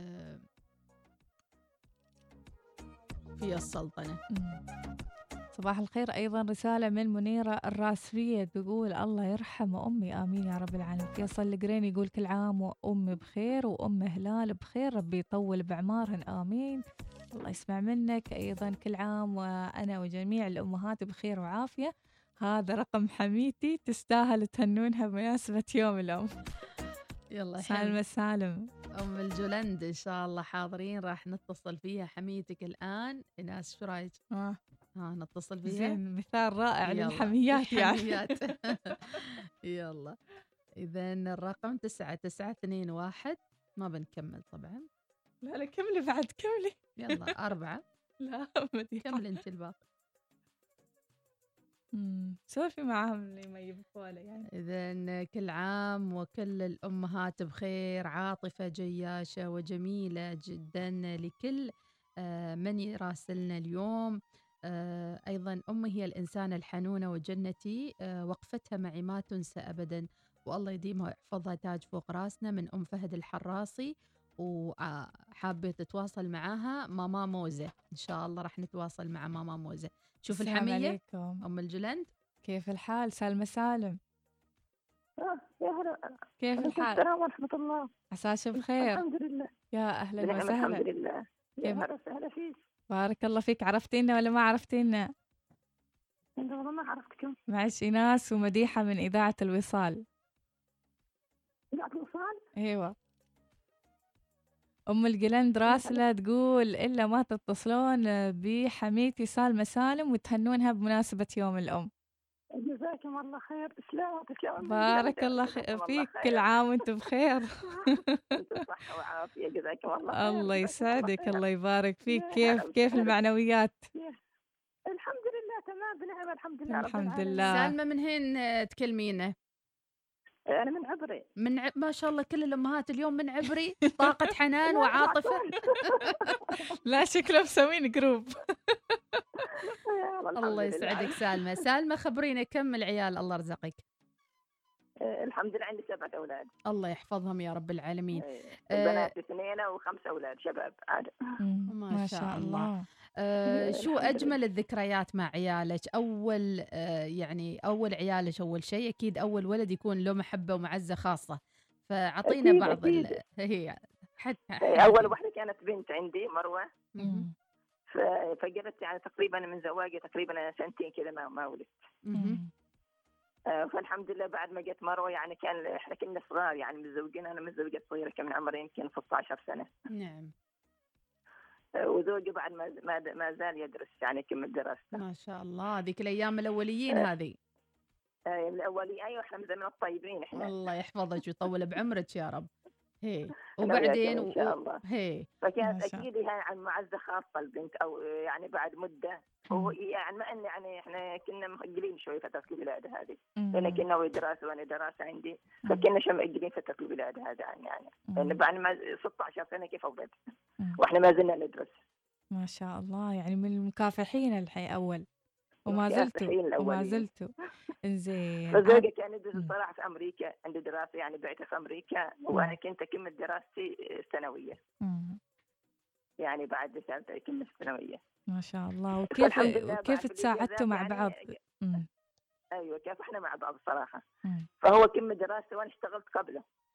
السلطنة.
صباح الخير. أيضا رسالة من منيرة الراسفية تقول الله يرحم أمي آمين يا رب العالمين. فيصل القرين يقول كل عام وأمي بخير وأم هلال بخير، ربي يطول بعمارهن آمين. الله يسمع منك. أيضا كل عام وأنا وجميع الأمهات بخير وعافية. هذا رقم حميتي تستاهل تهنونها بمناسبة يوم الأم.
يلا
سالمة سالم
أم الجولند إن شاء الله حاضرين، راح نتصل فيها حميتك الآن. ناس شو رايك؟ نتصل فيها.
زين، مثال رائع للحميات يعني.
يلا إذن الرقم 9921. ما بنكمل طبعا.
لا كملي بعد كملي.
يلا 4.
لا مديحة
كملي انت الباقي.
سولفي معاهم اللي ما يبقوا يعني.
إذن كل عام وكل الأمهات بخير. عاطفة جياشة وجميلة جدا لكل من يراسلنا اليوم. أيضا أمي هي الإنسانة الحنونة وجنتي، وقفتها معي ما تنسى أبدا، والله يديمها ويحفظها تاج فوق راسنا. من أم فهد الحراسي، وحابة تتواصل معاها ماما موزة. إن شاء الله راح نتواصل مع ماما موزة. شوف الحمية عليكم. أم الجلند
كيف الحال؟ سالمة سالم.
يا هلا.
كيف الحال؟
السلام ورحمة الله.
عساك بخير.
الحمد لله.
يا أهلا وسهلا.
الحمد لله. يا هلا وسهلا فيك.
بارك الله فيك. عرفتينا ولا ما عرفتينا؟
انت والله ما عرفتكم.
معش إيناس ومديحة من إذاعة الوصال.
إذاعة الوصال؟
ايوه. أم الجلند راسلة تقول إلا ما تتصلون بحميتي سالمة سالم وتهنونها بمناسبة يوم الأم.
جزاكم الله خير. سلامتك يا أم.
بارك الله فيك. كل عام وانت بخير.
صحة وعافية. جزاكم الله خير.
الله يسعدك. الله يبارك فيك. كيف المعنويات؟
الحمد لله تمام بنعمة. الحمد لله.
الحمد لله.
سالمة من هين تكلمينا؟
أنا من عبري.
ما شاء الله كل الأمهات اليوم من عبري. طاقة حنان وعاطفة.
لا شكله مسوين جروب.
الله يسعدك سالمة. سالمة خبرينا كم العيال الله رزقك؟
الحمد لله عندي 7 أولاد.
الله يحفظهم يا رب العالمين.
بنات 2 و5 أولاد شباب عاد.
ما شاء الله. شو أجمل الذكريات مع عيالك؟ أول عيالك أول شيء أكيد أول ولد يكون له محبة ومعزة خاصة، فعطينا
أكيد
بعض
أكيد.
هي
أول واحدة كانت بنت عندي مروة. فقلت يعني تقريبا من زواجي تقريبا 2 سنين كذا ما ولدت. فالحمد لله بعد ما جت مروة يعني احنا كنا صغار يعني متزوجين. أنا متزوجة صغيرة كان عمري يمكن 16 سنة.
نعم.
وزوجي بعد ما زال يدرس يعني كمل دراسته.
ما شاء الله. هذيك الأيام الأوليين هذه.
الأولي أيوة احنا من الطيبين احنا.
الله يحفظك ويطول بعمرك يا رب. هي وبعدين
إن شاء الله.
هي
فكانت أكيد هي عن معزة خاصة البنت أو يعني بعد مدة. هو يعني ما إن يعني إحنا كنا مؤجلين شوي فترة الولادة هذه. لأن كنا ودراسة وأنا دراسة عندي. فكنا شو مؤجلين فترة الولادة هذا يعني. لأن بعد ما 16 سنة كيف أولد. وإحنا ما زلنا ندرس.
ما شاء الله. يعني من المكافحين الحين أول. وما زلتوا. إنزين.
فزوجي كان يدرس الصراحة في أمريكا. عنده دراسة يعني بعته في أمريكا. وأنا كنت أكمل دراستي الثانوية. يعني بعد رسالتي أكمل الثانوية.
ما شاء الله. وكيف تساعدتوا مع بعض؟
أيوة كيف إحنا مع بعض الصراحة. فهو كمل دراسته وأنا اشتغلت قبله.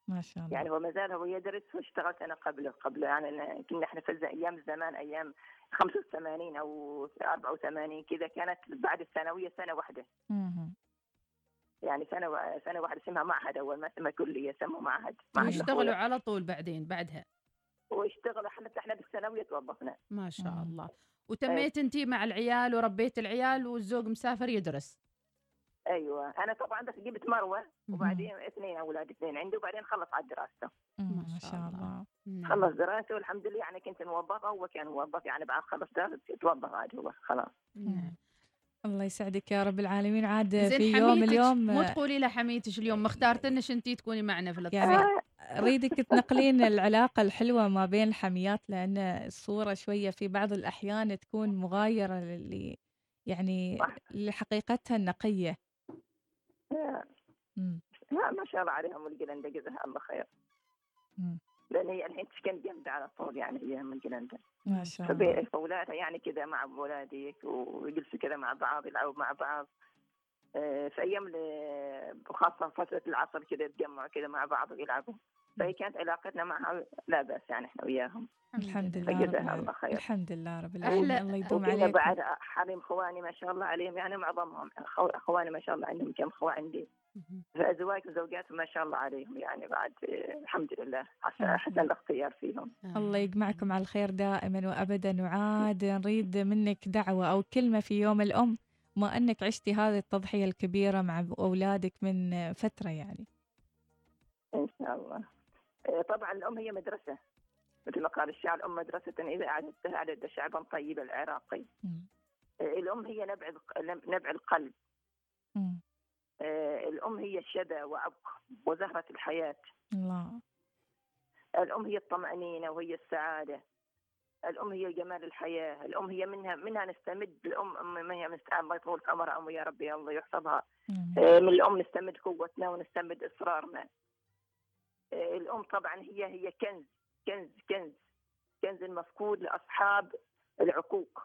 ما شاء الله.
يعني هو ما زال هو يدرس، واشتغلت أنا قبله يعني كنا إحنا في أيام زمان، أيام 85 أو 84 كذا، كانت بعد الثانوية سنة واحدة. يعني سنة واحدة اسمها معهد، أول ما اسمها كلية سموا معهد.
واشتغلوا على طول بعدها
واشتغلوا احنا بالثانوية توظفنا.
ما شاء الله. وتميت انت مع العيال وربيت العيال والزوج مسافر يدرس.
ايوه انا طبعا بس جبت مروه وبعدين 2 اولاد 2 عندي، وبعدين خلص على دراسته.
ما شاء الله.
خلص دراسته والحمد لله. يعني كنت موظفه هو كان موظف، يعني بعد خلص دراسته توظف عاد هو خلاص.
الله يسعدك يا رب العالمين. عاد في
يوم
اليوم
مو تقولي لحميتش اليوم ما اختارتنش انتي تكوني معنا في
يعني اريدك تنقلين العلاقه الحلوه ما بين الحميات، لان الصوره شويه في بعض الاحيان تكون مغايره يعني لحقيقتها النقيه.
لا ما شاء الله عليهم الجلندة، جزاها الله خير. لأن هي الحين تشكن جنبي على طول، يعني هي من الجلندة
ما شاء الله.
فأولادها يعني كذا مع أولادي ويجلسوا كذا مع بعض، يلعبوا مع بعض في أيام خاصة فترة العصر كذا يتجمعوا كذا مع بعض ويلعبوا. فهي كانت علاقتنا معها لا بأس، يعني إحنا وياهم
الحمد لله.
جزاها الله خير.
الحمد لله رب العالمين. الله يدوم عليكم.
بعد حريم خواني ما شاء الله عليهم، يعني معظمهم خواني ما شاء الله عندهم كم خوا عندي، فأزواج وزوجات ما شاء الله عليهم، يعني بعد الحمد لله حسن الاختيار فيهم.
الله يجمعكم على الخير دائما وأبدا. وعاد نريد منك دعوة أو كلمة في يوم الأم، ما أنك عشتي هذه التضحية الكبيرة مع أولادك من فترة يعني.
إن شاء الله. طبعا الأم هي مدرسة، مثل ما قال الشاعر الأم مدرسة إذا أعددتها أعدد شعبا طيب العراقي. الأم هي نبع القلب. الأم هي الشذا وعبق وزهرة الحياة.
الله.
الأم هي الطمأنينة وهي السعادة. الأم هي جمال الحياة. الأم هي منها نستمد. الأم هي الله يطول عمرها أم يا ربي الله يحفظها. من الأم نستمد قوتنا ونستمد إصرارنا. الأم طبعا هي كنز كنز كنز كنز مفقود لأصحاب العقوق،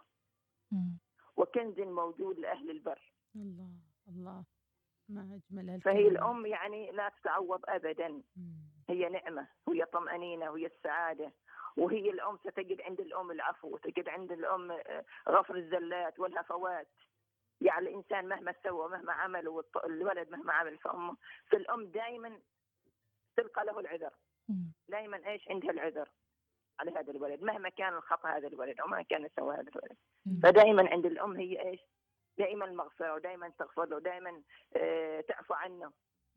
وكنز موجود لأهل البر.
الله الله ما أجمل.
فهي الأم يعني لا تتعوض أبدا. هي نعمة وهي طمأنينة وهي السعادة. وهي الأم ستجد عند الأم العفو، وتجد عند الأم غفر الزلات والهفوات. يعني الإنسان مهما سوى مهما عمل، والولد مهما عمل في الأم دائما تلقى له العذر. دائما ايش عندها العذر على هذا الولد مهما كان الخطأ هذا الولد او ما كان سوى هذا الولد. فدائما عند الام هي ايش؟ دائما المغفرة، ودائما تغفر له، ودائما تعفو عنه.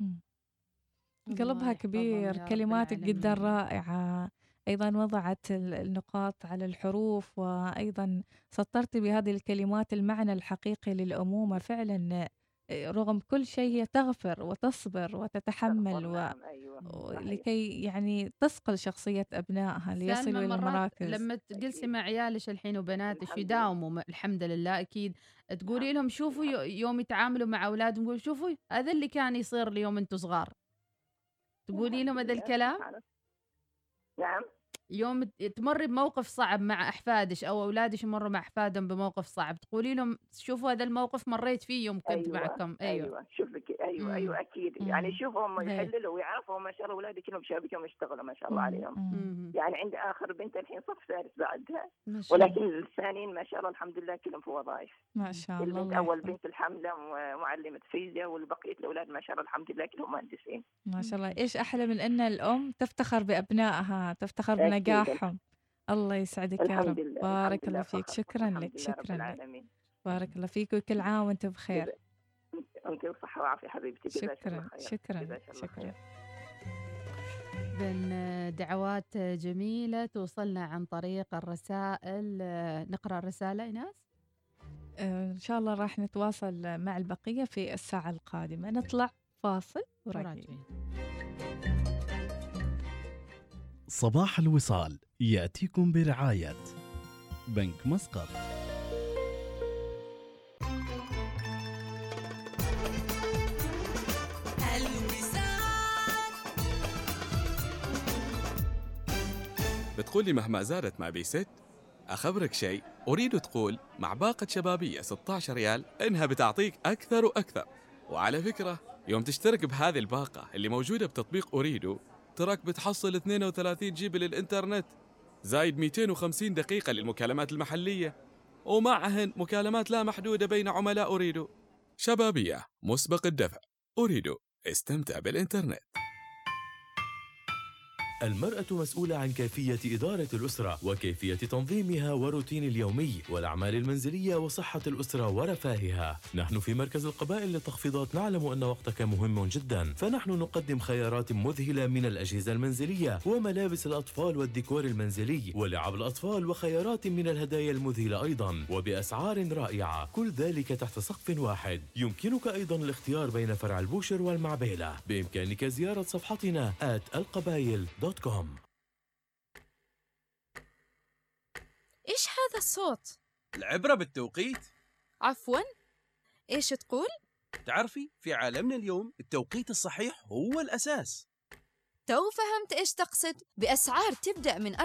قلبها كبير. كلماتك جدا رائعة. أيضا وضعت النقاط على الحروف، وأيضا سطرت بهذه الكلمات المعنى الحقيقي للأمومة. فعلا رغم كل شيء هي تغفر وتصبر وتتحمل لكي يعني تصقل شخصية أبنائها ليصلوا إلى المراكز.
لما تجلسي مع عيالش الحين وبناتش يداوموا الحمد لله أكيد، تقولي لهم شوفوا يوم يتعاملوا مع أولادهم، يقول شوفوا هذا اللي كان يصير لي يوم أنتم صغار. تقولي لهم هذا الكلام.
نعم.
يوم تمر بموقف صعب مع أحفادش أو أولادش يمروا مع أحفادهم بموقف صعب، تقولي لهم شوفوا هذا الموقف مريت فيه يوم كنت معكم.
أيوة شوفك. أيوة أكيد. يعني شوفهم يحللوا ويعرفوا ما شاء الله أولادي كلهم شابكهم يشتغلوا ما شاء الله عليهم. يعني عندي آخر بنت الحين صف ثالث بعدها، ولكن الثانيين ما شاء الله الحمد لله كلهم في وظائف.
ما شاء الله.
البنت أول بنت الحملة معلمة فيزياء، والبقية الأولاد ما شاء الله الحمد لله كلهم مهندسين.
ما شاء الله. إيش أحلى من أن الأم تفتخر بأبنائها، تفتخر بنجاحهم. الله يسعدك يا رب. بارك الله فيك. شكرا لك. شكرا لك. بارك الله فيك، وكل عام وانت بخير.
انت بصحة وعافية حبيبتي.
شكرا شكرا شكرا.
بين دعوات جميلة توصلنا عن طريق الرسائل. نقرأ الرسالة إيناس؟
إن شاء الله راح نتواصل مع البقية في الساعة القادمة. نطلع فاصل وراجعين.
صباح الوصال يأتيكم برعاية بنك مسقط.
بتقولي مهما زادت ما بيست؟ أخبرك شيء، أريد تقول مع باقة شبابية 16 ريال إنها بتعطيك أكثر وأكثر. وعلى فكرة يوم تشترك بهذه الباقة اللي موجودة بتطبيق أريدو، تراك بتحصل 32 جيبي للإنترنت، زايد 250 دقيقة للمكالمات المحلية، ومعهن مكالمات لا محدودة بين عملاء أوريدو. شبابية مسبق الدفع. أوريدو، استمتع بالإنترنت.
المرأة مسؤولة عن كيفية إدارة الأسرة وكيفية تنظيمها وروتين اليومي والأعمال المنزلية وصحة الأسرة ورفاهها. نحن في مركز القبائل للتخفيضات نعلم أن وقتك مهم جدا، فنحن نقدم خيارات مذهلة من الأجهزة المنزلية وملابس الأطفال والديكور المنزلي ولعب الأطفال وخيارات من الهدايا المذهلة أيضا وبأسعار رائعة، كل ذلك تحت سقف واحد. يمكنك أيضا الاختيار بين فرع البوشر والمعبيلة. بإمكانك زيارة صفحتنا @القبايل.com.
إيش هذا الصوت؟
العبرة بالتوقيت.
عفواً؟ إيش تقول؟
تعرفي في عالمنا اليوم التوقيت الصحيح هو الأساس.
تو فهمت إيش تقصد. بأسعار تبدأ من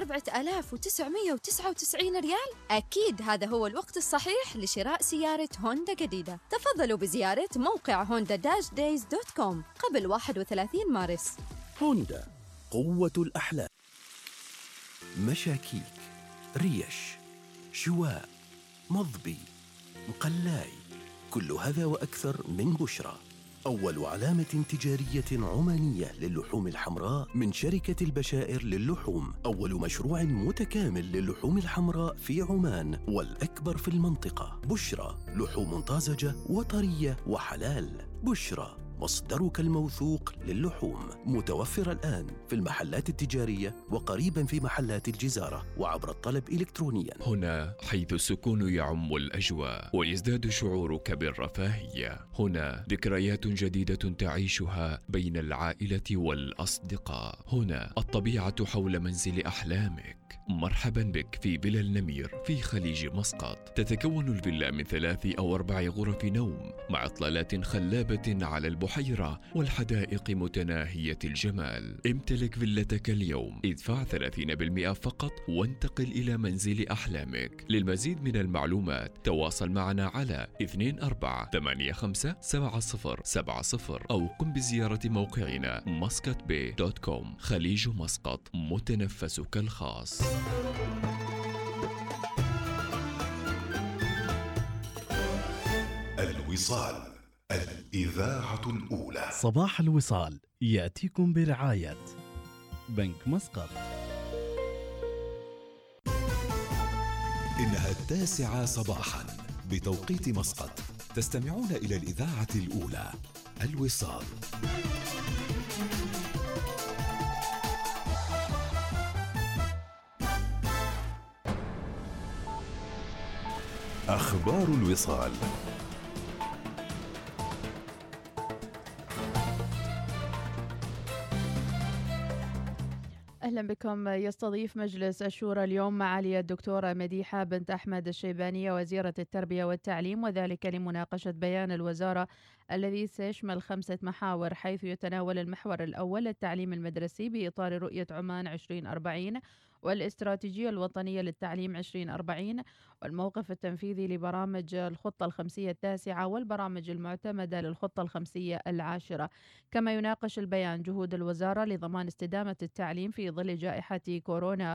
4999 ريال. أكيد هذا هو الوقت الصحيح لشراء سيارة هوندا جديدة. تفضلوا بزيارة موقع honda-days.com قبل 31 مارس.
هوندا، قوة الأحلام. مشاكيك، ريش، شواء، مضبي، مقلاي، كل هذا وأكثر من بشرى. أول علامة تجارية عمانية للحوم الحمراء من شركة البشائر للحوم، أول مشروع متكامل للحوم الحمراء في عمان والأكبر في المنطقة. بشرى، لحوم طازجة وطرية وحلال. بشرى، مصدرك الموثوق للحوم، متوفر الآن في المحلات التجارية وقريبا في محلات الجزارة وعبر الطلب إلكترونيا.
هنا حيث السكون يعم الأجواء ويزداد شعورك بالرفاهية. هنا ذكريات جديدة تعيشها بين العائلة والأصدقاء. هنا الطبيعة حول منزل أحلامك. مرحبا بك في فيلا النمير في خليج مسقط. تتكون الفيلا من 3 أو 4 غرف نوم مع إطلالات خلابة على البحيرة والحدائق متناهية الجمال. امتلك فيلتك اليوم، ادفع 30% فقط وانتقل إلى منزل أحلامك. للمزيد من المعلومات تواصل معنا على 24857070 أو قم بزيارة موقعنا muscatbay.com. خليج مسقط، متنفسك الخاص.
الوصال، الإذاعة الأولى.
صباح الوصال يأتيكم برعاية بنك مسقط.
إنها 9 صباحا بتوقيت مسقط. تستمعون إلى الإذاعة الأولى، الوصال. أخبار الوصال.
أهلا بكم. يستضيف مجلس الشورى اليوم معالي الدكتورة مديحة بنت أحمد الشيبانية وزيرة التربية والتعليم، وذلك لمناقشة بيان الوزارة الذي سيشمل 5 محاور، حيث يتناول المحور الأول التعليم المدرسي بإطار رؤية عمان 2040 والاستراتيجية الوطنية للتعليم 2040 والموقف التنفيذي لبرامج الخطة الخمسية التاسعة والبرامج المعتمدة للخطة الخمسية العاشرة. كما يناقش البيان جهود الوزارة لضمان استدامة التعليم في ظل جائحة كورونا